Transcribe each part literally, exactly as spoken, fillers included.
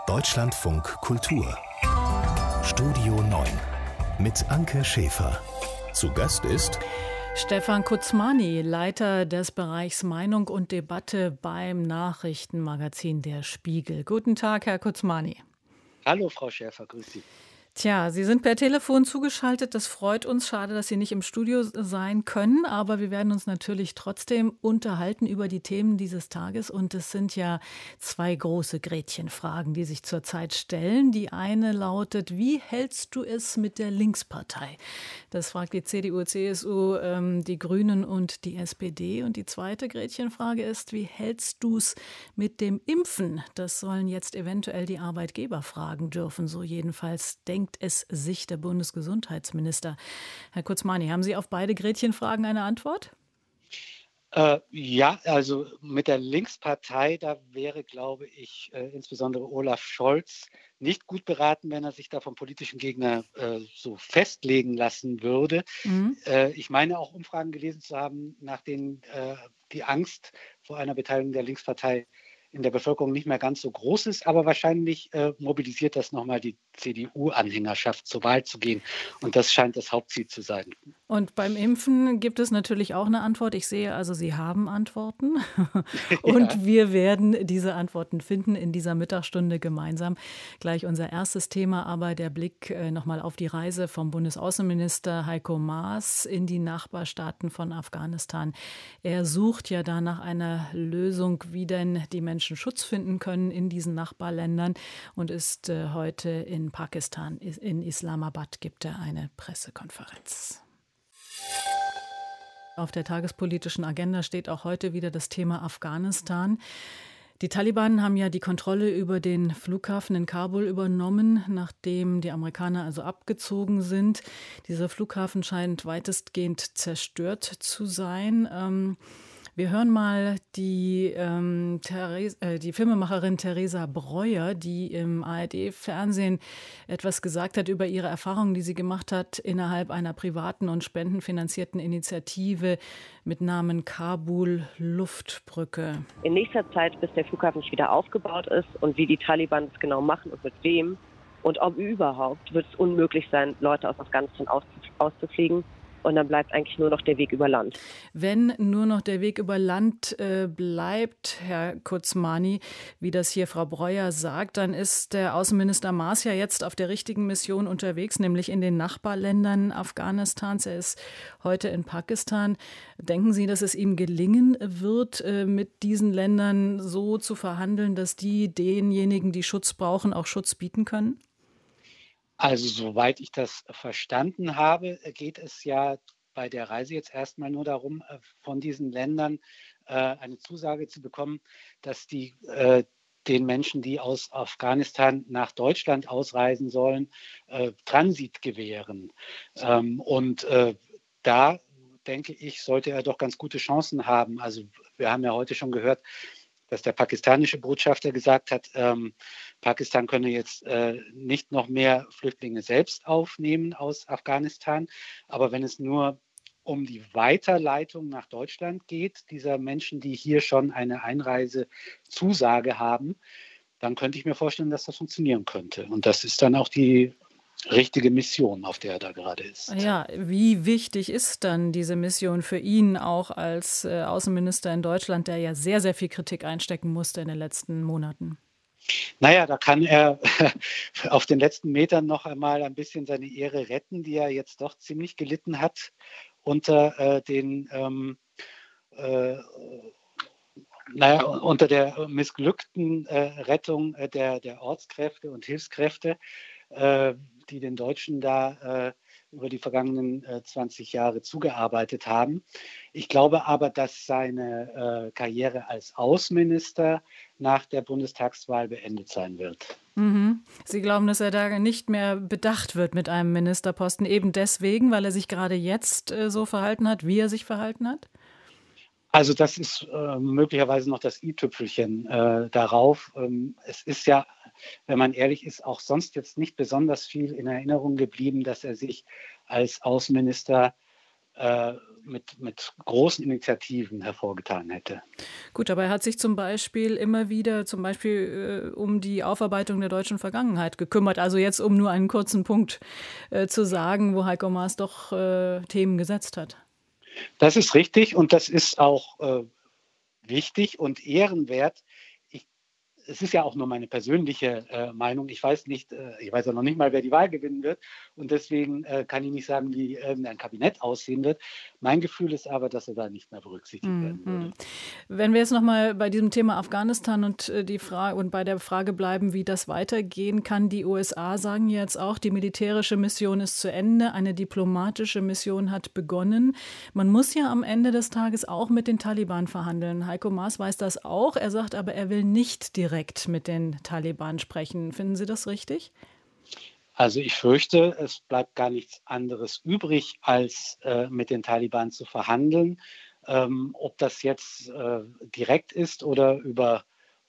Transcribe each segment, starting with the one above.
Deutschlandfunk Kultur Studio neun mit Anke Schäfer. Zu Gast ist Stefan Kuzmani, Leiter des Bereichs Meinung und Debatte beim Nachrichtenmagazin Der Spiegel. Guten Tag, Herr Kuzmani. Hallo, Frau Schäfer, grüß Sie. Tja, Sie sind per Telefon zugeschaltet. Das freut uns. Schade, dass Sie nicht im Studio sein können. Aber wir werden uns natürlich trotzdem unterhalten über die Themen dieses Tages. Und es sind ja zwei große Gretchenfragen, die sich zurzeit stellen. Die eine lautet: Wie hältst du es mit der Linkspartei? Das fragt die C D U, C S U, ähm, die Grünen und die S P D. Und die zweite Gretchenfrage ist: Wie hältst du es mit dem Impfen? Das sollen jetzt eventuell die Arbeitgeber fragen dürfen. So jedenfalls denkt es sich der Bundesgesundheitsminister. Herr Kuzmani, haben Sie auf beide Gretchenfragen eine Antwort? Äh, ja, also mit der Linkspartei, da wäre, glaube ich, äh, insbesondere Olaf Scholz nicht gut beraten, wenn er sich da vom politischen Gegner äh, so festlegen lassen würde. Mhm. Äh, ich meine auch Umfragen gelesen zu haben, nach denen äh, die Angst vor einer Beteiligung der Linkspartei in der Bevölkerung nicht mehr ganz so groß ist, aber wahrscheinlich äh, mobilisiert das nochmal die C D U-Anhängerschaft, zur Wahl zu gehen. Und das scheint das Hauptziel zu sein. Und beim Impfen gibt es natürlich auch eine Antwort. Ich sehe also, Sie haben Antworten. Und ja, wir werden diese Antworten finden in dieser Mittagsstunde gemeinsam. Gleich unser erstes Thema, aber der Blick äh, nochmal auf die Reise vom Bundesaußenminister Heiko Maas in die Nachbarstaaten von Afghanistan. Er sucht ja da nach einer Lösung, wie denn die Menschen Schutz finden können in diesen Nachbarländern und ist äh, heute in Pakistan. In Islamabad gibt er eine Pressekonferenz. Auf der tagespolitischen Agenda steht auch heute wieder das Thema Afghanistan. Die Taliban haben ja die Kontrolle über den Flughafen in Kabul übernommen, nachdem die Amerikaner also abgezogen sind. Dieser Flughafen scheint weitestgehend zerstört zu sein. Ähm, Wir hören mal die, ähm, Therese, äh, die Filmemacherin Theresa Breuer, die im A R D-Fernsehen etwas gesagt hat über ihre Erfahrungen, die sie gemacht hat innerhalb einer privaten und spendenfinanzierten Initiative mit Namen Kabul Luftbrücke. In nächster Zeit, bis der Flughafen nicht wieder aufgebaut ist und wie die Taliban es genau machen und mit wem und ob überhaupt, wird es unmöglich sein, Leute aus Afghanistan auszufliegen. Und dann bleibt eigentlich nur noch der Weg über Land. Wenn nur noch der Weg über Land äh, bleibt, Herr Kuzmani, wie das hier Frau Breuer sagt, dann ist der Außenminister Maas ja jetzt auf der richtigen Mission unterwegs, nämlich in den Nachbarländern Afghanistans. Er ist heute in Pakistan. Denken Sie, dass es ihm gelingen wird, äh, mit diesen Ländern so zu verhandeln, dass die denjenigen, die Schutz brauchen, auch Schutz bieten können? Also soweit ich das verstanden habe, geht es ja bei der Reise jetzt erstmal nur darum, von diesen Ländern äh, eine Zusage zu bekommen, dass die äh, den Menschen, die aus Afghanistan nach Deutschland ausreisen sollen, äh, Transit gewähren. Ähm, und äh, da, denke ich, sollte er doch ganz gute Chancen haben. Also wir haben ja heute schon gehört, dass der pakistanische Botschafter gesagt hat, ähm, Pakistan könne jetzt äh, nicht noch mehr Flüchtlinge selbst aufnehmen aus Afghanistan. Aber wenn es nur um die Weiterleitung nach Deutschland geht, dieser Menschen, die hier schon eine Einreisezusage haben, dann könnte ich mir vorstellen, dass das funktionieren könnte. Und das ist dann auch die richtige Mission, auf der er da gerade ist. Ja, wie wichtig ist dann diese Mission für ihn auch als äh, Außenminister in Deutschland, der ja sehr, sehr viel Kritik einstecken musste in den letzten Monaten? Naja, da kann er auf den letzten Metern noch einmal ein bisschen seine Ehre retten, die er jetzt doch ziemlich gelitten hat unter äh, den ähm, äh, naja, unter der missglückten äh, Rettung äh, der, der Ortskräfte und Hilfskräfte, äh, die den Deutschen da äh, über die vergangenen äh, zwanzig Jahre zugearbeitet haben. Ich glaube aber, dass seine äh, Karriere als Außenminister nach der Bundestagswahl beendet sein wird. Mhm. Sie glauben, dass er da nicht mehr bedacht wird mit einem Ministerposten, eben deswegen, weil er sich gerade jetzt äh, so verhalten hat, wie er sich verhalten hat? Also das ist äh, möglicherweise noch das i-Tüpfelchen äh, darauf. Ähm, es ist ja, wenn man ehrlich ist, auch sonst jetzt nicht besonders viel in Erinnerung geblieben, dass er sich als Außenminister äh, mit, mit großen Initiativen hervorgetan hätte. Gut, aber er hat sich zum Beispiel immer wieder zum Beispiel äh, um die Aufarbeitung der deutschen Vergangenheit gekümmert. Also jetzt, um nur einen kurzen Punkt äh, zu sagen, wo Heiko Maas doch äh, Themen gesetzt hat. Das ist richtig und das ist auch äh, wichtig und ehrenwert. Es ist ja auch nur meine persönliche äh, Meinung. Ich weiß nicht, äh, ich weiß ja noch nicht mal, wer die Wahl gewinnen wird. Und deswegen äh, kann ich nicht sagen, wie irgendein Kabinett aussehen wird. Mein Gefühl ist aber, dass er da nicht mehr berücksichtigt mhm. werden würde. Wenn wir jetzt nochmal bei diesem Thema Afghanistan und, äh, die Frage, und bei der Frage bleiben, wie das weitergehen kann. Die U S A sagen jetzt auch, die militärische Mission ist zu Ende. Eine diplomatische Mission hat begonnen. Man muss ja am Ende des Tages auch mit den Taliban verhandeln. Heiko Maas weiß das auch. Er sagt aber, er will nicht direkt mit den Taliban sprechen. Finden Sie das richtig? Also ich fürchte, es bleibt gar nichts anderes übrig, als äh, mit den Taliban zu verhandeln. Ähm, ob das jetzt äh, direkt ist oder über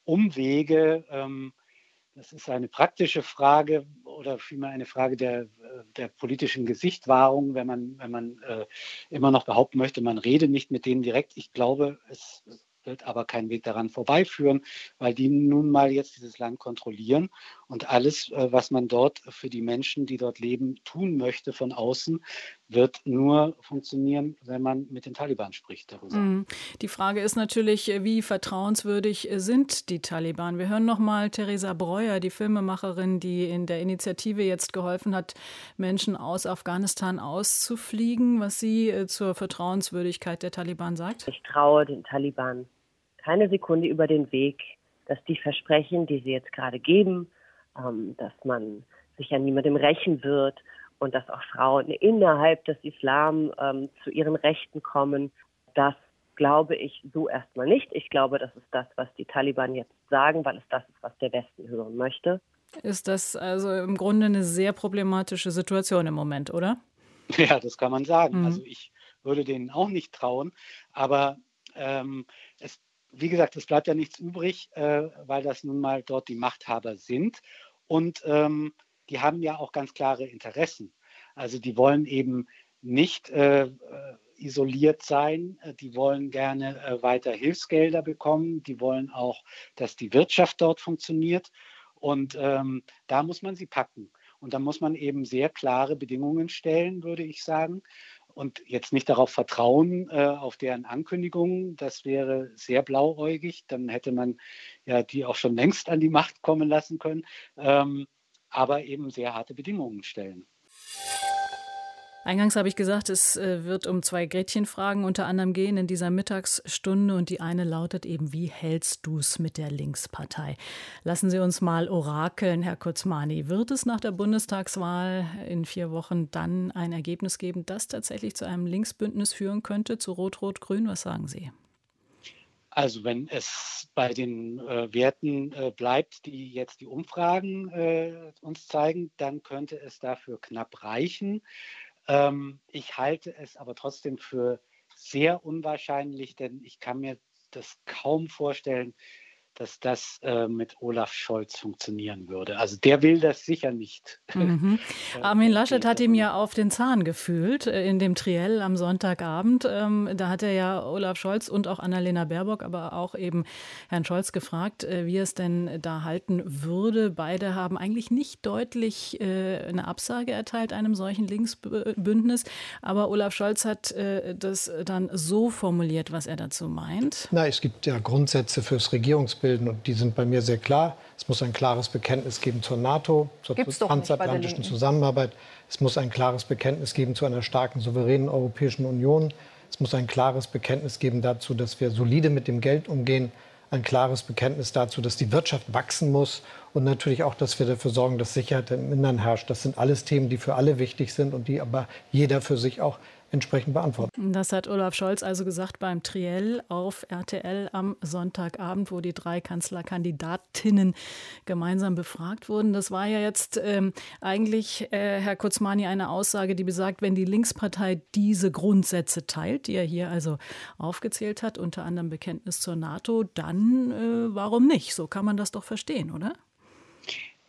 Umwege, ähm, das ist eine praktische Frage oder vielmehr eine Frage der, der politischen Gesichtwahrung, wenn man, wenn man äh, immer noch behaupten möchte, man rede nicht mit denen direkt. Ich glaube, es wird aber kein Weg daran vorbeiführen, weil die nun mal jetzt dieses Land kontrollieren und alles, was man dort für die Menschen, die dort leben, tun möchte von außen, wird nur funktionieren, wenn man mit den Taliban spricht darüber. Die Frage ist natürlich, wie vertrauenswürdig sind die Taliban? Wir hören noch mal Theresa Breuer, die Filmemacherin, die in der Initiative jetzt geholfen hat, Menschen aus Afghanistan auszufliegen, was sie zur Vertrauenswürdigkeit der Taliban sagt. Ich traue den Taliban keine Sekunde über den Weg, dass die Versprechen, die sie jetzt gerade geben, ähm, dass man sich an niemandem rächen wird und dass auch Frauen innerhalb des Islam ähm, zu ihren Rechten kommen, das glaube ich so erstmal nicht. Ich glaube, das ist das, was die Taliban jetzt sagen, weil es das ist, was der Westen hören möchte. Ist das also im Grunde eine sehr problematische Situation im Moment, oder? Ja, das kann man sagen. Mhm. Also ich würde denen auch nicht trauen, aber ähm, es Wie gesagt, es bleibt ja nichts übrig, äh, weil das nun mal dort die Machthaber sind. Und ähm, die haben ja auch ganz klare Interessen. Also die wollen eben nicht äh, isoliert sein. Die wollen gerne äh, weiter Hilfsgelder bekommen. Die wollen auch, dass die Wirtschaft dort funktioniert. Und ähm, da muss man sie packen. Und da muss man eben sehr klare Bedingungen stellen, würde ich sagen. Und jetzt nicht darauf vertrauen, äh, auf deren Ankündigungen, das wäre sehr blauäugig. Dann hätte man ja die auch schon längst an die Macht kommen lassen können, ähm, aber eben sehr harte Bedingungen stellen. Eingangs habe ich gesagt, es wird um zwei Gretchenfragen unter anderem gehen in dieser Mittagsstunde. Und die eine lautet eben, wie hältst du es mit der Linkspartei? Lassen Sie uns mal orakeln, Herr Kurzmani. Wird es nach der Bundestagswahl in vier Wochen dann ein Ergebnis geben, das tatsächlich zu einem Linksbündnis führen könnte, zu Rot-Rot-Grün? Was sagen Sie? Also wenn es bei den äh, Werten äh, bleibt, die jetzt die Umfragen äh, uns zeigen, dann könnte es dafür knapp reichen. Ähm, ich halte es aber trotzdem für sehr unwahrscheinlich, denn ich kann mir das kaum vorstellen, dass das äh, mit Olaf Scholz funktionieren würde. Also der will das sicher nicht. Mhm. Armin Laschet hat ihm ja auf den Zahn gefühlt in dem Triell am Sonntagabend. Ähm, da hat er ja Olaf Scholz und auch Annalena Baerbock, aber auch eben Herrn Scholz gefragt, äh, wie er es denn da halten würde. Beide haben eigentlich nicht deutlich äh, eine Absage erteilt einem solchen Linksbündnis. Aber Olaf Scholz hat äh, das dann so formuliert, was er dazu meint. Na, es gibt ja Grundsätze fürs Regierungsbild. Und die sind bei mir sehr klar. Es muss ein klares Bekenntnis geben zur NATO, zur transatlantischen Zusammenarbeit. Es muss ein klares Bekenntnis geben zu einer starken, souveränen Europäischen Union. Es muss ein klares Bekenntnis geben dazu, dass wir solide mit dem Geld umgehen. Ein klares Bekenntnis dazu, dass die Wirtschaft wachsen muss. Und natürlich auch, dass wir dafür sorgen, dass Sicherheit im Innern herrscht. Das sind alles Themen, die für alle wichtig sind und die aber jeder für sich auch entsprechend beantworten. Das hat Olaf Scholz also gesagt beim Triell auf R T L am Sonntagabend, wo die drei Kanzlerkandidatinnen gemeinsam befragt wurden. Das war ja jetzt ähm, eigentlich, äh, Herr Kurzmani, eine Aussage, die besagt, wenn die Linkspartei diese Grundsätze teilt, die er hier also aufgezählt hat, unter anderem Bekenntnis zur NATO, dann äh, warum nicht? So kann man das doch verstehen, oder?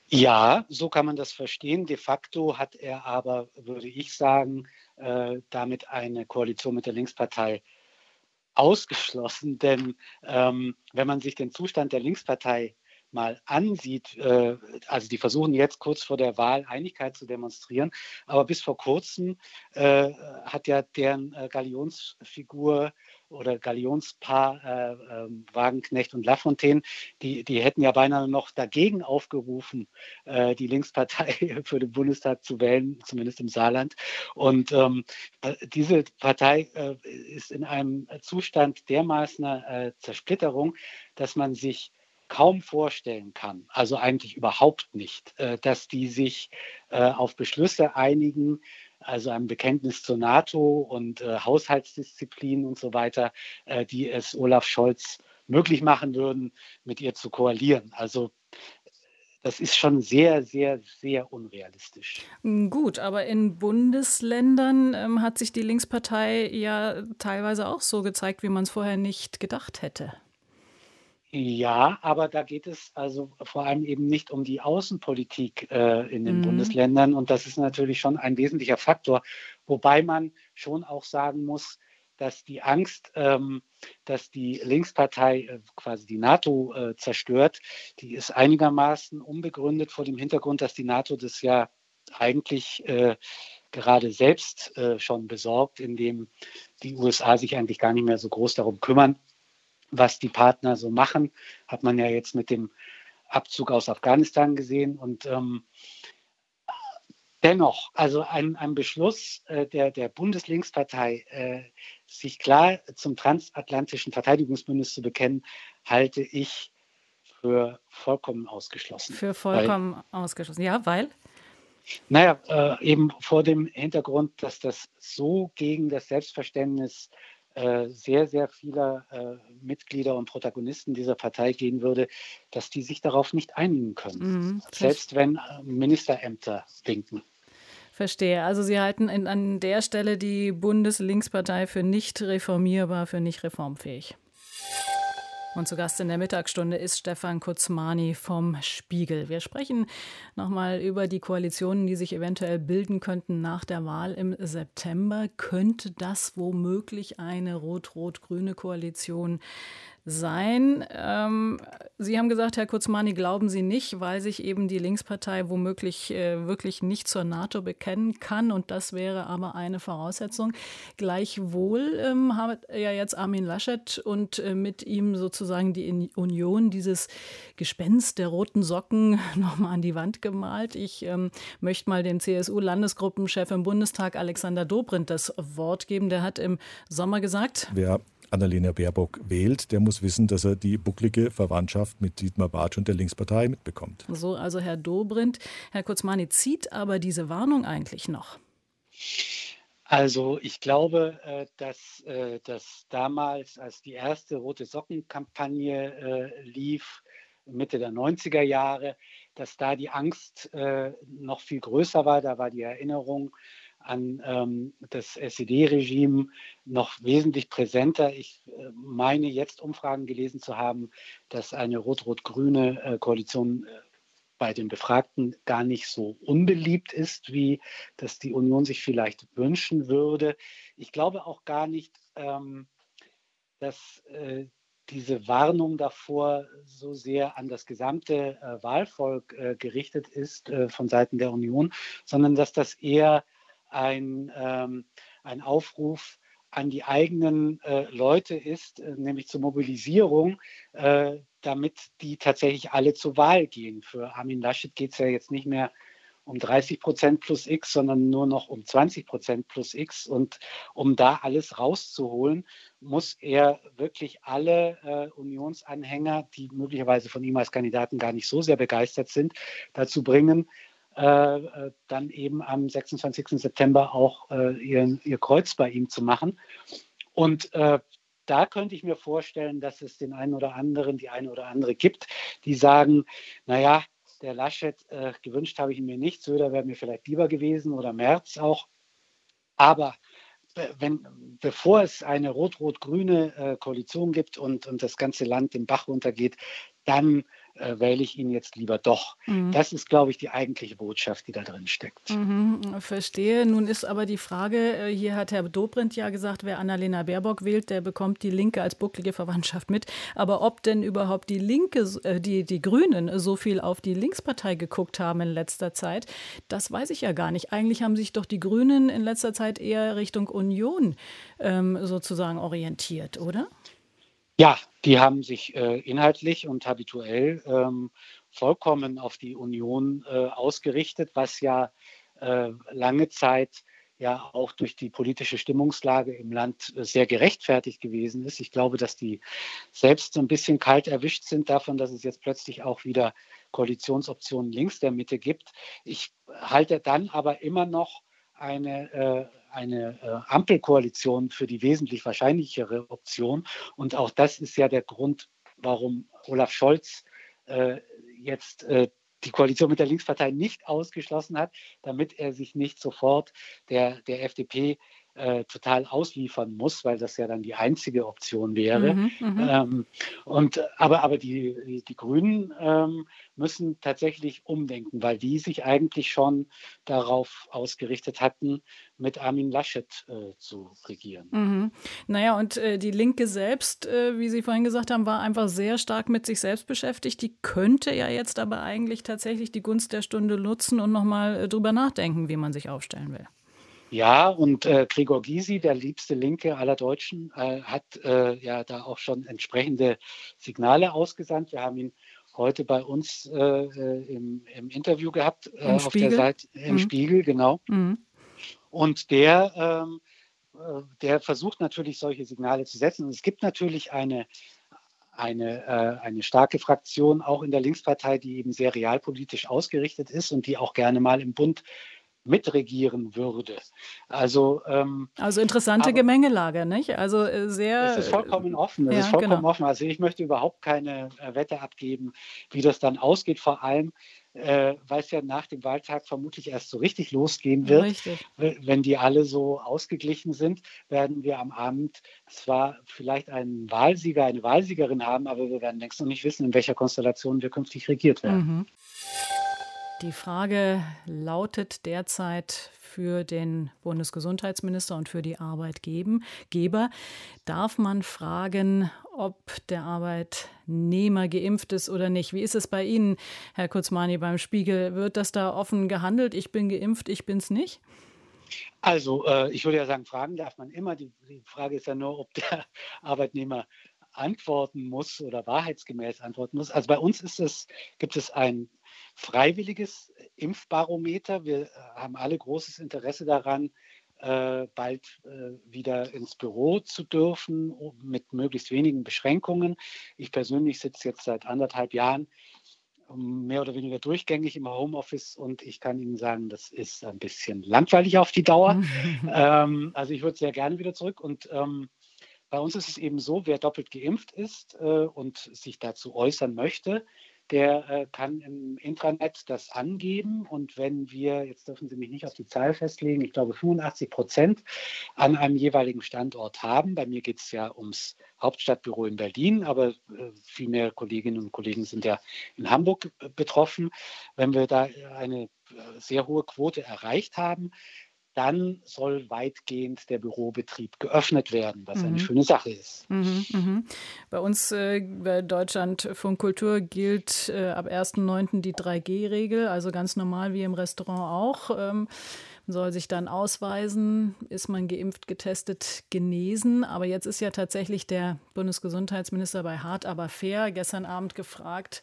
Ja, so kann man das verstehen. De facto hat er aber, würde ich sagen, äh, damit eine Koalition mit der Linkspartei ausgeschlossen. Denn ähm, wenn man sich den Zustand der Linkspartei mal ansieht, äh, also die versuchen jetzt kurz vor der Wahl Einigkeit zu demonstrieren, aber bis vor kurzem äh, hat ja deren äh, Galionsfigur oder Galionspaar äh, äh, Wagenknecht und Lafontaine, die, die hätten ja beinahe noch dagegen aufgerufen, äh, die Linkspartei für den Bundestag zu wählen, zumindest im Saarland. Und ähm, diese Partei äh, ist in einem Zustand dermaßener äh, Zersplitterung, dass man sich kaum vorstellen kann, also eigentlich überhaupt nicht, äh, dass die sich äh, auf Beschlüsse einigen, also ein Bekenntnis zur NATO und äh, Haushaltsdisziplin und so weiter, äh, die es Olaf Scholz möglich machen würden, mit ihr zu koalieren. Also das ist schon sehr, sehr, sehr unrealistisch. Gut, aber in Bundesländern ähm, hat sich die Linkspartei ja teilweise auch so gezeigt, wie man es vorher nicht gedacht hätte. Ja, aber da geht es also vor allem eben nicht um die Außenpolitik äh, in den Mhm. Bundesländern. Und das ist natürlich schon ein wesentlicher Faktor. Wobei man schon auch sagen muss, dass die Angst, ähm, dass die Linkspartei äh, quasi die NATO äh, zerstört, die ist einigermaßen unbegründet vor dem Hintergrund, dass die NATO das ja eigentlich äh, gerade selbst äh, schon besorgt, indem die U S A sich eigentlich gar nicht mehr so groß darum kümmern, was die Partner so machen, hat man ja jetzt mit dem Abzug aus Afghanistan gesehen. Und ähm, dennoch, also ein, ein Beschluss äh, der, der Bundeslinkspartei, äh, sich klar zum transatlantischen Verteidigungsbündnis zu bekennen, halte ich für vollkommen ausgeschlossen. Für vollkommen weil, ausgeschlossen. Ja, weil? Naja, äh, eben vor dem Hintergrund, dass das so gegen das Selbstverständnis sehr, sehr vieler äh, Mitglieder und Protagonisten dieser Partei gehen würde, dass die sich darauf nicht einigen können. Mhm, selbst wenn äh, Ministerämter winken. Verstehe. Also Sie halten in, an der Stelle die Bundeslinkspartei für nicht reformierbar, für nicht reformfähig. Und zu Gast in der Mittagsstunde ist Stefan Kutzmany vom Spiegel. Wir sprechen nochmal über die Koalitionen, die sich eventuell bilden könnten nach der Wahl im September. Könnte das womöglich eine rot-rot-grüne Koalition sein? Ähm, Sie haben gesagt, Herr Kutzmany, glauben Sie nicht, weil sich eben die Linkspartei womöglich äh, wirklich nicht zur NATO bekennen kann. Und das wäre aber eine Voraussetzung. Gleichwohl ähm, hat ja jetzt Armin Laschet und äh, mit ihm sozusagen die Union dieses Gespenst der roten Socken nochmal an die Wand gemalt. Ich ähm, möchte mal dem C S U-Landesgruppenchef im Bundestag, Alexander Dobrindt, das Wort geben. Der hat im Sommer gesagt: Wer Annalena Baerbock wählt, der muss wissen, dass er die bucklige Verwandtschaft mit Dietmar Bartsch und der Linkspartei mitbekommt. So, also Herr Dobrindt. Herr Kutzmany, zieht aber diese Warnung eigentlich noch? Also ich glaube, dass, dass damals, als die erste Rote Socken-Kampagne lief, Mitte der neunziger Jahre, dass da die Angst noch viel größer war. Da war die Erinnerung an ähm, das S E D-Regime noch wesentlich präsenter. Ich äh, meine jetzt Umfragen gelesen zu haben, dass eine rot-rot-grüne äh, Koalition äh, bei den Befragten gar nicht so unbeliebt ist, wie das die Union sich vielleicht wünschen würde. Ich glaube auch gar nicht, ähm, dass äh, diese Warnung davor so sehr an das gesamte äh, Wahlvolk äh, gerichtet ist äh, von Seiten der Union, sondern dass das eher Ein, ähm, ein Aufruf an die eigenen äh, Leute ist, äh, nämlich zur Mobilisierung, äh, damit die tatsächlich alle zur Wahl gehen. Für Armin Laschet geht es ja jetzt nicht mehr um dreißig Prozent plus X, sondern nur noch um zwanzig Prozent plus X. Und um da alles rauszuholen, muss er wirklich alle äh, Unionsanhänger, die möglicherweise von ihm als Kandidaten gar nicht so sehr begeistert sind, dazu bringen, Äh, dann eben am sechsundzwanzigsten September auch äh, ihr, ihr Kreuz bei ihm zu machen. Und äh, da könnte ich mir vorstellen, dass es den einen oder anderen, die eine oder andere gibt, die sagen, naja, der Laschet, äh, gewünscht habe ich ihn mir nicht, Söder wäre mir vielleicht lieber gewesen oder Merz auch. Aber wenn, bevor es eine rot-rot-grüne äh, Koalition gibt und, und das ganze Land den Bach runtergeht, dann äh, wähle ich ihn jetzt lieber doch. Mhm. Das ist, glaube ich, die eigentliche Botschaft, die da drin steckt. Mhm, verstehe. Nun ist aber die Frage, hier hat Herr Dobrindt ja gesagt, wer Annalena Baerbock wählt, der bekommt die Linke als bucklige Verwandtschaft mit. Aber ob denn überhaupt die Linke, äh, die, die Grünen so viel auf die Linkspartei geguckt haben in letzter Zeit, das weiß ich ja gar nicht. Eigentlich haben sich doch die Grünen in letzter Zeit eher Richtung Union ähm, sozusagen orientiert, oder? Ja, die haben sich äh, inhaltlich und habituell ähm, vollkommen auf die Union äh, ausgerichtet, was ja äh, lange Zeit ja auch durch die politische Stimmungslage im Land äh, sehr gerechtfertigt gewesen ist. Ich glaube, dass die selbst so ein bisschen kalt erwischt sind davon, dass es jetzt plötzlich auch wieder Koalitionsoptionen links der Mitte gibt. Ich halte dann aber immer noch eine, äh, eine äh, Ampelkoalition für die wesentlich wahrscheinlichere Option. Und auch das ist ja der Grund, warum Olaf Scholz äh, jetzt äh, die Koalition mit der Linkspartei nicht ausgeschlossen hat, damit er sich nicht sofort der, der F D P äh, total ausliefern muss, weil das ja dann die einzige Option wäre. Mhm, ähm, und, aber aber die, die, die Grünen ähm, müssen tatsächlich umdenken, weil die sich eigentlich schon darauf ausgerichtet hatten, mit Armin Laschet äh, zu regieren. Mhm. Naja, und äh, die Linke selbst, äh, wie Sie vorhin gesagt haben, war einfach sehr stark mit sich selbst beschäftigt. Die könnte ja jetzt aber eigentlich tatsächlich die Gunst der Stunde nutzen und nochmal äh, drüber nachdenken, wie man sich aufstellen will. Ja, und äh, Gregor Gysi, der liebste Linke aller Deutschen, äh, hat äh, ja da auch schon entsprechende Signale ausgesandt. Wir haben ihn heute bei uns äh, im, im Interview gehabt, äh, auf der Seite im mhm. Spiegel, genau. Mhm. Und der, ähm, der versucht natürlich, solche Signale zu setzen. Und es gibt natürlich eine, eine, äh, eine starke Fraktion, auch in der Linkspartei, die eben sehr realpolitisch ausgerichtet ist und die auch gerne mal im Bund mitregieren würde. Also, ähm, also interessante aber, Gemengelage, nicht? Also äh, sehr. Es ist vollkommen offen. Es ja, ist vollkommen genau. offen. Also ich möchte überhaupt keine äh, Wette abgeben, wie das dann ausgeht. Vor allem, äh, weil es ja nach dem Wahltag vermutlich erst so richtig losgehen wird. Richtig. Wenn die alle so ausgeglichen sind, werden wir am Abend zwar vielleicht einen Wahlsieger, eine Wahlsiegerin haben, aber wir werden längst noch nicht wissen, in welcher Konstellation wir künftig regiert werden. Mhm. Die Frage lautet derzeit für den Bundesgesundheitsminister und für die Arbeitgeber: Darf man fragen, ob der Arbeitnehmer geimpft ist oder nicht? Wie ist es bei Ihnen, Herr Kurzmani, beim Spiegel? Wird das da offen gehandelt? Ich bin geimpft, ich bin's nicht? Also äh, ich würde ja sagen, fragen darf man immer. Die, die Frage ist ja nur, ob der Arbeitnehmer antworten muss oder wahrheitsgemäß antworten muss. Also bei uns ist es, gibt es ein freiwilliges Impfbarometer. Wir haben alle großes Interesse daran, äh, bald äh, wieder ins Büro zu dürfen, mit möglichst wenigen Beschränkungen. Ich persönlich sitze jetzt seit anderthalb Jahren mehr oder weniger durchgängig im Homeoffice und ich kann Ihnen sagen, das ist ein bisschen langweilig auf die Dauer. ähm, also ich würde sehr gerne wieder zurück und ähm, bei uns ist es eben so, wer doppelt geimpft ist äh, und sich dazu äußern möchte, der äh, kann im Intranet das angeben. Und wenn wir, jetzt dürfen Sie mich nicht auf die Zahl festlegen, ich glaube fünfundachtzig Prozent an einem jeweiligen Standort haben. Bei mir geht es ja ums Hauptstadtbüro in Berlin, aber äh, viel mehr Kolleginnen und Kollegen sind ja in Hamburg äh, betroffen. Wenn wir da eine äh, sehr hohe Quote erreicht haben, dann soll weitgehend der Bürobetrieb geöffnet werden, was mhm. eine schöne Sache ist. Mhm, mhm. Bei uns äh, bei Deutschlandfunk Kultur gilt äh, ab ersten neunten die drei G Regel, also ganz normal wie im Restaurant auch. Ähm, man soll sich dann ausweisen, ist man geimpft, getestet, genesen. Aber jetzt ist ja tatsächlich der Bundesgesundheitsminister bei Hart aber fair gestern Abend gefragt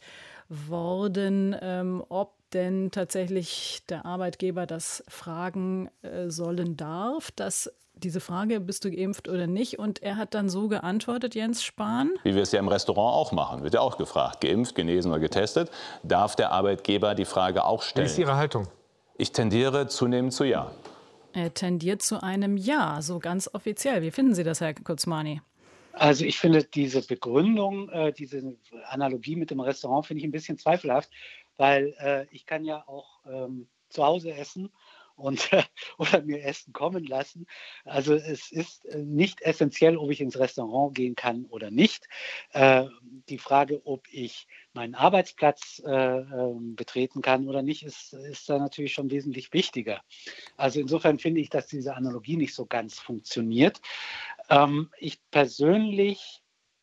worden, ähm, ob denn tatsächlich der Arbeitgeber das fragen äh, sollen darf, dass diese Frage, bist du geimpft oder nicht? Und er hat dann so geantwortet, Jens Spahn. Wie wir es ja im Restaurant auch machen, wird ja auch gefragt, geimpft, genesen oder getestet, darf der Arbeitgeber die Frage auch stellen. Wie ist Ihre Haltung? Ich tendiere zunehmend zu Ja. Er tendiert zu einem Ja, so ganz offiziell. Wie finden Sie das, Herr Kurzmani? Also ich finde diese Begründung, äh, diese Analogie mit dem Restaurant finde ich ein bisschen zweifelhaft, weil äh, ich kann ja auch ähm, zu Hause essen und, äh, oder mir Essen kommen lassen. Also es ist nicht essentiell, ob ich ins Restaurant gehen kann oder nicht. Äh, die Frage, ob ich meinen Arbeitsplatz äh, äh, betreten kann oder nicht, ist, ist da natürlich schon wesentlich wichtiger. Also insofern finde ich, dass diese Analogie nicht so ganz funktioniert. Ähm, ich persönlich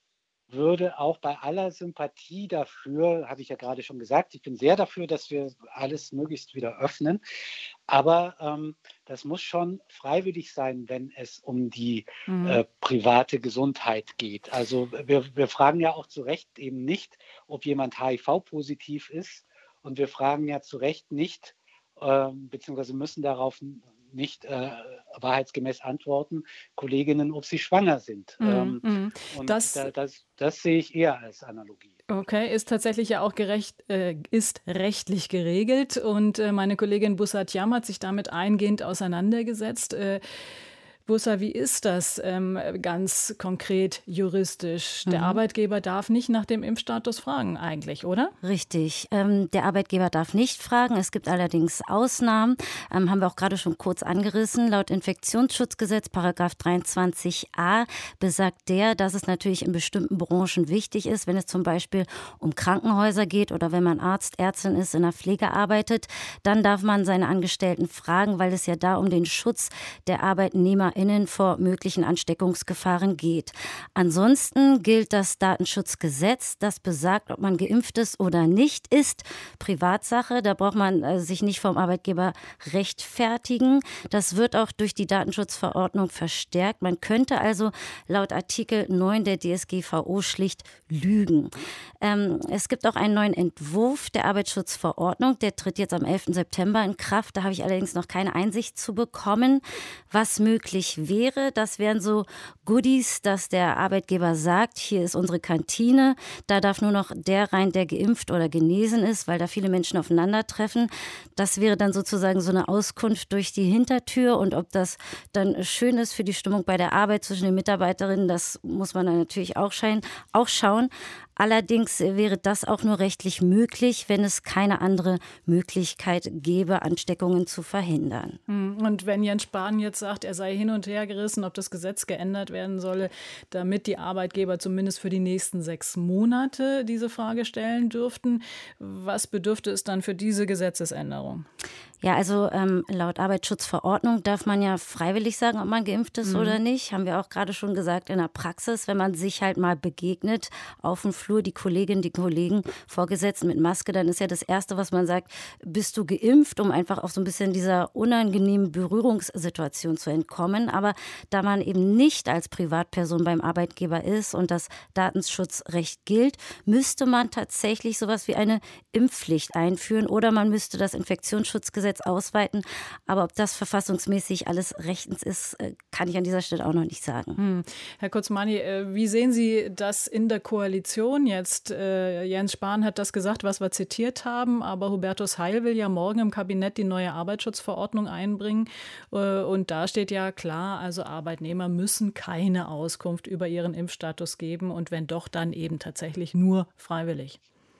würde auch bei aller Sympathie dafür, habe ich ja gerade schon gesagt, ich bin sehr dafür, dass wir alles möglichst wieder öffnen. Aber ähm, das muss schon freiwillig sein, wenn es um die mhm. äh, private Gesundheit geht. Also wir, wir fragen ja auch zu Recht eben nicht, ob jemand H I V-positiv ist. Und wir fragen ja zu Recht nicht, äh, beziehungsweise müssen darauf nicht äh, wahrheitsgemäß antworten, Kolleginnen, ob sie schwanger sind. Mm, ähm, mm. Und das, da, das, das sehe ich eher als Analogie. Okay, ist tatsächlich ja auch gerecht, äh, ist rechtlich geregelt. Und äh, meine Kollegin Bussard Jam hat sich damit eingehend auseinandergesetzt. Äh, Bussa, wie ist das ähm, ganz konkret juristisch? Der mhm. Arbeitgeber darf nicht nach dem Impfstatus fragen eigentlich, oder? Richtig. Ähm, der Arbeitgeber darf nicht fragen. Es gibt allerdings Ausnahmen. Ähm, haben wir auch gerade schon kurz angerissen. Laut Infektionsschutzgesetz, Paragraph dreiundzwanzig a, besagt der, dass es natürlich in bestimmten Branchen wichtig ist, wenn es zum Beispiel um Krankenhäuser geht oder wenn man Arzt, Ärztin ist, in der Pflege arbeitet, dann darf man seine Angestellten fragen, weil es ja da um den Schutz der Arbeitnehmer innen vor möglichen Ansteckungsgefahren geht. Ansonsten gilt das Datenschutzgesetz, das besagt, ob man geimpft ist oder nicht, ist Privatsache. Da braucht man äh, sich nicht vom Arbeitgeber rechtfertigen. Das wird auch durch die Datenschutzverordnung verstärkt. Man könnte also laut Artikel neun der D S G V O schlicht lügen. Ähm, es gibt auch einen neuen Entwurf der Arbeitsschutzverordnung, der tritt jetzt am elften September in Kraft. Da habe ich allerdings noch keine Einsicht zu bekommen, was möglich wäre. Das wären so Goodies, dass der Arbeitgeber sagt, hier ist unsere Kantine, da darf nur noch der rein, der geimpft oder genesen ist, weil da viele Menschen aufeinandertreffen. Das wäre dann sozusagen so eine Auskunft durch die Hintertür, und ob das dann schön ist für die Stimmung bei der Arbeit zwischen den Mitarbeiterinnen, das muss man dann natürlich auch, schein, auch schauen. Allerdings wäre das auch nur rechtlich möglich, wenn es keine andere Möglichkeit gäbe, Ansteckungen zu verhindern. Und wenn Jens Spahn jetzt sagt, er sei hin und her gerissen, ob das Gesetz geändert werden solle, damit die Arbeitgeber zumindest für die nächsten sechs Monate diese Frage stellen dürften, was bedürfte es dann für diese Gesetzesänderung? Ja, also ähm, laut Arbeitsschutzverordnung darf man ja freiwillig sagen, ob man geimpft ist mhm. oder nicht. Haben wir auch gerade schon gesagt, in der Praxis, wenn man sich halt mal begegnet, auf dem Flur, die Kolleginnen, die Kollegen, Vorgesetzten mit Maske, dann ist ja das Erste, was man sagt, bist du geimpft, um einfach auch so ein bisschen dieser unangenehmen Berührungssituation zu entkommen. Aber da man eben nicht als Privatperson beim Arbeitgeber ist und das Datenschutzrecht gilt, müsste man tatsächlich sowas wie eine Impfpflicht einführen oder man müsste das Infektionsschutzgesetz ausweiten. Aber ob das verfassungsmäßig alles rechtens ist, kann ich an dieser Stelle auch noch nicht sagen. Hm. Herr Kurzmani, wie sehen Sie das in der Koalition jetzt? Jens Spahn hat das gesagt, was wir zitiert haben, aber Hubertus Heil will ja morgen im Kabinett die neue Arbeitsschutzverordnung einbringen. Und da steht ja klar, also Arbeitnehmer müssen keine Auskunft über ihren Impfstatus geben und wenn doch, dann eben tatsächlich nur freiwillig.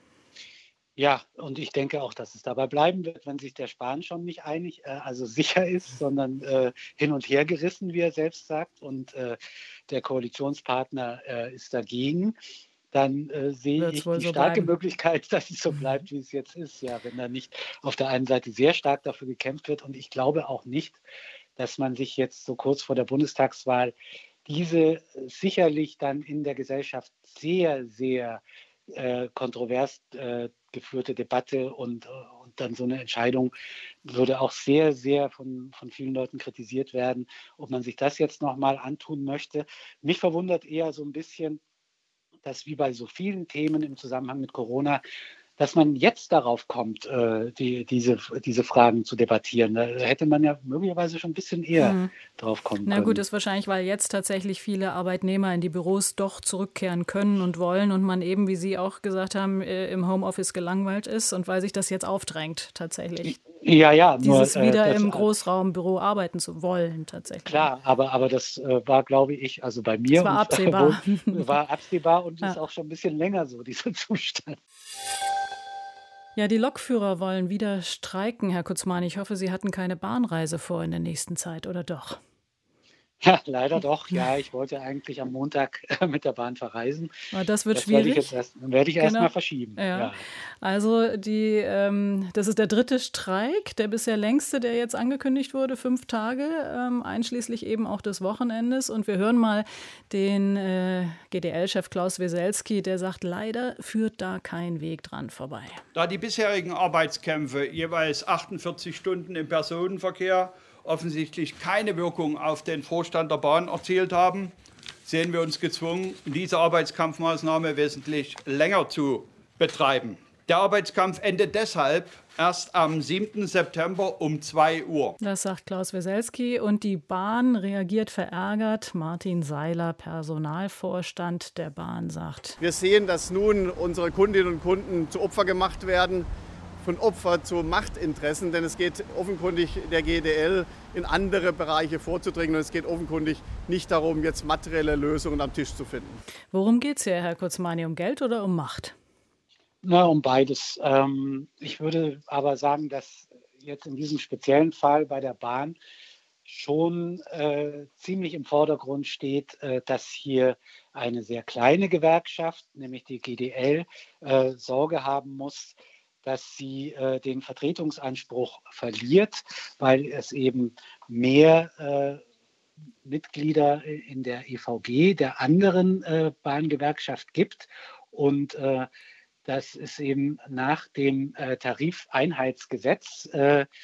Ja, und ich denke auch, dass es dabei bleiben wird, wenn sich der Spahn schon nicht einig, äh, also sicher ist, sondern äh, hin und her gerissen, wie er selbst sagt, und äh, der Koalitionspartner äh, ist dagegen. Dann äh, sehe Wird's ich die so starke bleiben. Möglichkeit, dass es so bleibt, wie es jetzt ist. Ja, wenn da nicht auf der einen Seite sehr stark dafür gekämpft wird. Und ich glaube auch nicht, dass man sich jetzt so kurz vor der Bundestagswahl diese sicherlich dann in der Gesellschaft sehr, sehr äh, kontrovers äh, geführte Debatte und, und dann so eine Entscheidung würde auch sehr, sehr von, von vielen Leuten kritisiert werden, ob man sich das jetzt nochmal antun möchte. Mich verwundert eher so ein bisschen, dass wie bei so vielen Themen im Zusammenhang mit Corona, dass man jetzt darauf kommt, äh, die, diese, diese Fragen zu debattieren. Da hätte man ja möglicherweise schon ein bisschen eher mhm. drauf kommen Na können. Na gut, ist wahrscheinlich, weil jetzt tatsächlich viele Arbeitnehmer in die Büros doch zurückkehren können und wollen und man eben, wie Sie auch gesagt haben, äh, im Homeoffice gelangweilt ist und weil sich das jetzt aufdrängt tatsächlich. Ja, ja. Dieses nur, wieder äh, das, im Großraumbüro arbeiten zu wollen tatsächlich. Klar, aber, aber das äh, war, glaube ich, also bei mir das war und, absehbar. Äh, war absehbar und ja. ist auch schon ein bisschen länger so, dieser Zustand. Ja, die Lokführer wollen wieder streiken, Herr Kutzmani. Ich hoffe, Sie hatten keine Bahnreise vor in der nächsten Zeit, oder doch? Ja, leider doch. Ja, ich wollte eigentlich am Montag äh, mit der Bahn verreisen. Aber das wird Das werde ich schwierig. jetzt erst, werde ich erst Genau. mal verschieben. Ja. Ja. Also die, ähm, das ist der dritte Streik, der bisher längste, der jetzt angekündigt wurde, fünf Tage, ähm, einschließlich eben auch des Wochenendes. Und wir hören mal den äh, G D L-Chef Klaus Weselski, der sagt, leider führt da kein Weg dran vorbei. Da die bisherigen Arbeitskämpfe jeweils achtundvierzig Stunden im Personenverkehr offensichtlich keine Wirkung auf den Vorstand der Bahn erzielt haben, sehen wir uns gezwungen, diese Arbeitskampfmaßnahme wesentlich länger zu betreiben. Der Arbeitskampf endet deshalb erst am siebten September um zwei Uhr. Das sagt Klaus Weselski und die Bahn reagiert verärgert. Martin Seiler, Personalvorstand der Bahn, sagt: Wir sehen, dass nun unsere Kundinnen und Kunden zu Opfer gemacht werden, von Opfer zu Machtinteressen, denn es geht offenkundig der G D L in andere Bereiche vorzudringen und es geht offenkundig nicht darum, jetzt materielle Lösungen am Tisch zu finden. Worum geht es hier, Herr Kutzmani, um Geld oder um Macht? Na, um beides. Ähm, ich würde aber sagen, dass jetzt in diesem speziellen Fall bei der Bahn schon äh, ziemlich im Vordergrund steht, äh, dass hier eine sehr kleine Gewerkschaft, nämlich die G D L, äh, Sorge haben muss, dass sie äh, den Vertretungsanspruch verliert, weil es eben mehr äh, Mitglieder in der E V G, der anderen äh, Bahngewerkschaft gibt. Und äh, das ist eben nach dem äh, Tarifeinheitsgesetz, äh, äh,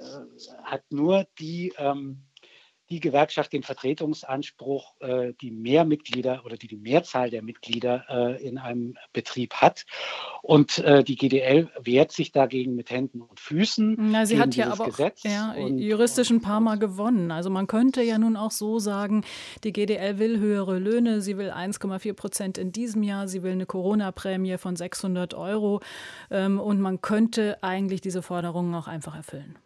hat nur die, ähm, die Gewerkschaft den Vertretungsanspruch, äh, die mehr Mitglieder oder die die Mehrzahl der Mitglieder äh, in einem Betrieb hat. Und äh, die G D L wehrt sich dagegen mit Händen und Füßen. Na, sie gegen hat ja dieses aber Gesetz auch, ja, und, juristisch und, ein paar Mal gewonnen. Also man könnte ja nun auch so sagen, die G D L will höhere Löhne, sie will eins Komma vier Prozent in diesem Jahr, sie will eine Corona-Prämie von sechshundert Euro ähm, und man könnte eigentlich diese Forderungen auch einfach erfüllen.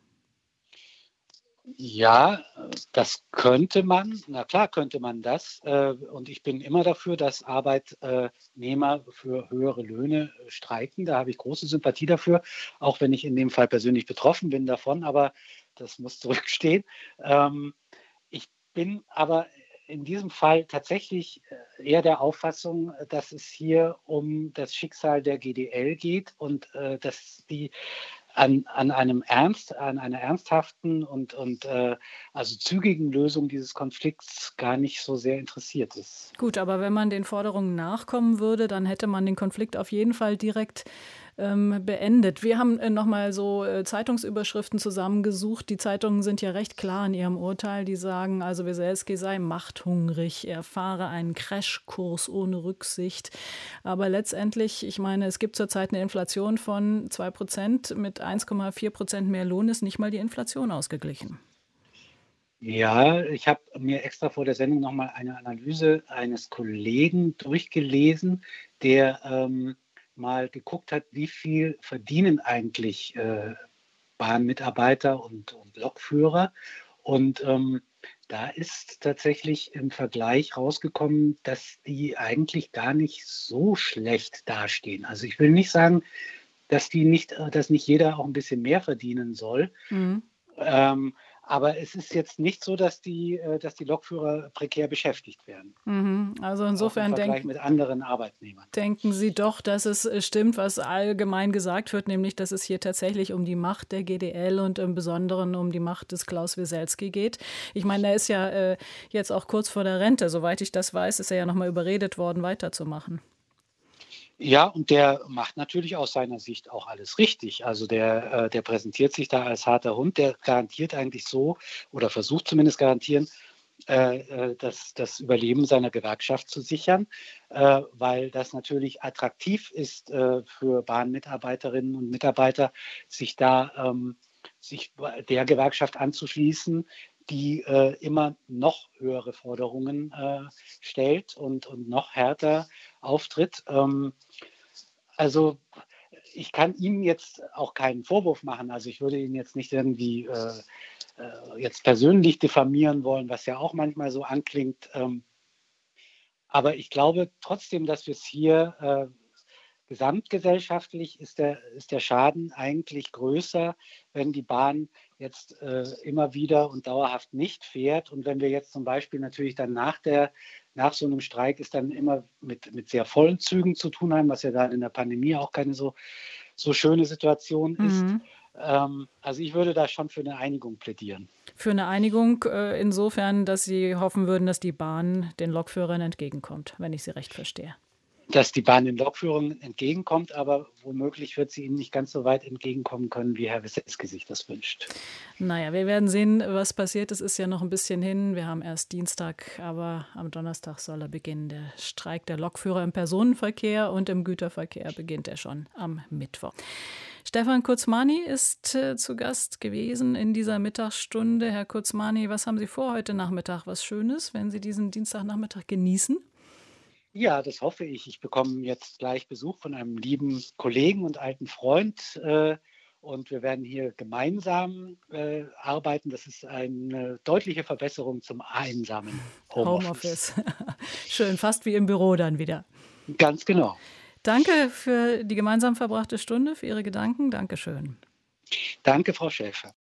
Ja, das könnte man, na klar könnte man das. Und ich bin immer dafür, dass Arbeitnehmer für höhere Löhne streiken. Da habe ich große Sympathie dafür, auch wenn ich in dem Fall persönlich betroffen bin davon, aber das muss zurückstehen. Ich bin aber in diesem Fall tatsächlich eher der Auffassung, dass es hier um das Schicksal der G D L geht und dass die An, an einem Ernst, an einer ernsthaften und, und äh, also zügigen Lösung dieses Konflikts gar nicht so sehr interessiert ist. Gut, aber wenn man den Forderungen nachkommen würde, dann hätte man den Konflikt auf jeden Fall direkt ähm, beendet. Wir haben äh, nochmal so äh, Zeitungsüberschriften zusammengesucht. Die Zeitungen sind ja recht klar in ihrem Urteil. Die sagen, also Weselski sei machthungrig, er fahre einen Crashkurs ohne Rücksicht. Aber letztendlich, ich meine, es gibt zurzeit eine Inflation von zwei Prozent. Mit eins Komma vier Prozent mehr Lohn ist nicht mal die Inflation ausgeglichen. Ja, ich habe mir extra vor der Sendung nochmal eine Analyse eines Kollegen durchgelesen, der ähm, mal geguckt hat, wie viel verdienen eigentlich äh, Bahnmitarbeiter und, und Lokführer. Und ähm, da ist tatsächlich im Vergleich rausgekommen, dass die eigentlich gar nicht so schlecht dastehen. Also ich will nicht sagen, dass die nicht, dass nicht jeder auch ein bisschen mehr verdienen soll. Mhm. Ähm, aber es ist jetzt nicht so, dass die, dass die Lokführer prekär beschäftigt werden. Mhm. Also insofern auch im Vergleich denk, mit anderen Arbeitnehmern. Denken Sie doch, dass es stimmt, was allgemein gesagt wird, nämlich, dass es hier tatsächlich um die Macht der G D L und im Besonderen um die Macht des Klaus Weselski geht. Ich meine, er ist ja äh, jetzt auch kurz vor der Rente. Soweit ich das weiß, ist er ja nochmal überredet worden, weiterzumachen. Ja, und der macht natürlich aus seiner Sicht auch alles richtig. Also der, äh, der präsentiert sich da als harter Hund, der garantiert eigentlich so oder versucht zumindest garantieren, äh, das, das Überleben seiner Gewerkschaft zu sichern, äh, weil das natürlich attraktiv ist äh, für Bahnmitarbeiterinnen und Mitarbeiter, sich da ähm, sich der Gewerkschaft anzuschließen, die äh, immer noch höhere Forderungen äh, stellt und, und noch härter auftritt. Ähm, also ich kann ihm jetzt auch keinen Vorwurf machen. Also ich würde ihn jetzt nicht irgendwie äh, äh, jetzt persönlich diffamieren wollen, was ja auch manchmal so anklingt. Ähm, aber ich glaube trotzdem, dass wir es hier äh, gesamtgesellschaftlich ist der, ist der Schaden eigentlich größer, wenn die Bahn jetzt äh, immer wieder und dauerhaft nicht fährt. Und wenn wir jetzt zum Beispiel natürlich dann nach, der, nach so einem Streik es dann immer mit, mit sehr vollen Zügen zu tun haben, was ja gerade in der Pandemie auch keine so, so schöne Situation ist. Mhm. Ähm, also ich würde da schon für eine Einigung plädieren. Für eine Einigung äh, insofern, dass Sie hoffen würden, dass die Bahn den Lokführern entgegenkommt, wenn ich Sie recht verstehe. Dass die Bahn den Lokführern entgegenkommt, aber womöglich wird sie ihnen nicht ganz so weit entgegenkommen können, wie Herr Wieselski sich das wünscht. Naja, wir werden sehen, was passiert. Es ist ja noch ein bisschen hin. Wir haben erst Dienstag, aber am Donnerstag soll er beginnen. Der Streik der Lokführer im Personenverkehr und im Güterverkehr beginnt er schon am Mittwoch. Stefan Kurzmani ist äh, zu Gast gewesen in dieser Mittagsstunde. Herr Kurzmani, was haben Sie vor heute Nachmittag? Was Schönes, wenn Sie diesen Dienstagnachmittag genießen? Ja, das hoffe ich. Ich bekomme jetzt gleich Besuch von einem lieben Kollegen und alten Freund. Äh, und wir werden hier gemeinsam äh, arbeiten. Das ist eine deutliche Verbesserung zum einsamen Homeoffice. Homeoffice. Schön, fast wie im Büro dann wieder. Ganz genau. Danke für die gemeinsam verbrachte Stunde, für Ihre Gedanken. Dankeschön. Danke, Frau Schäfer.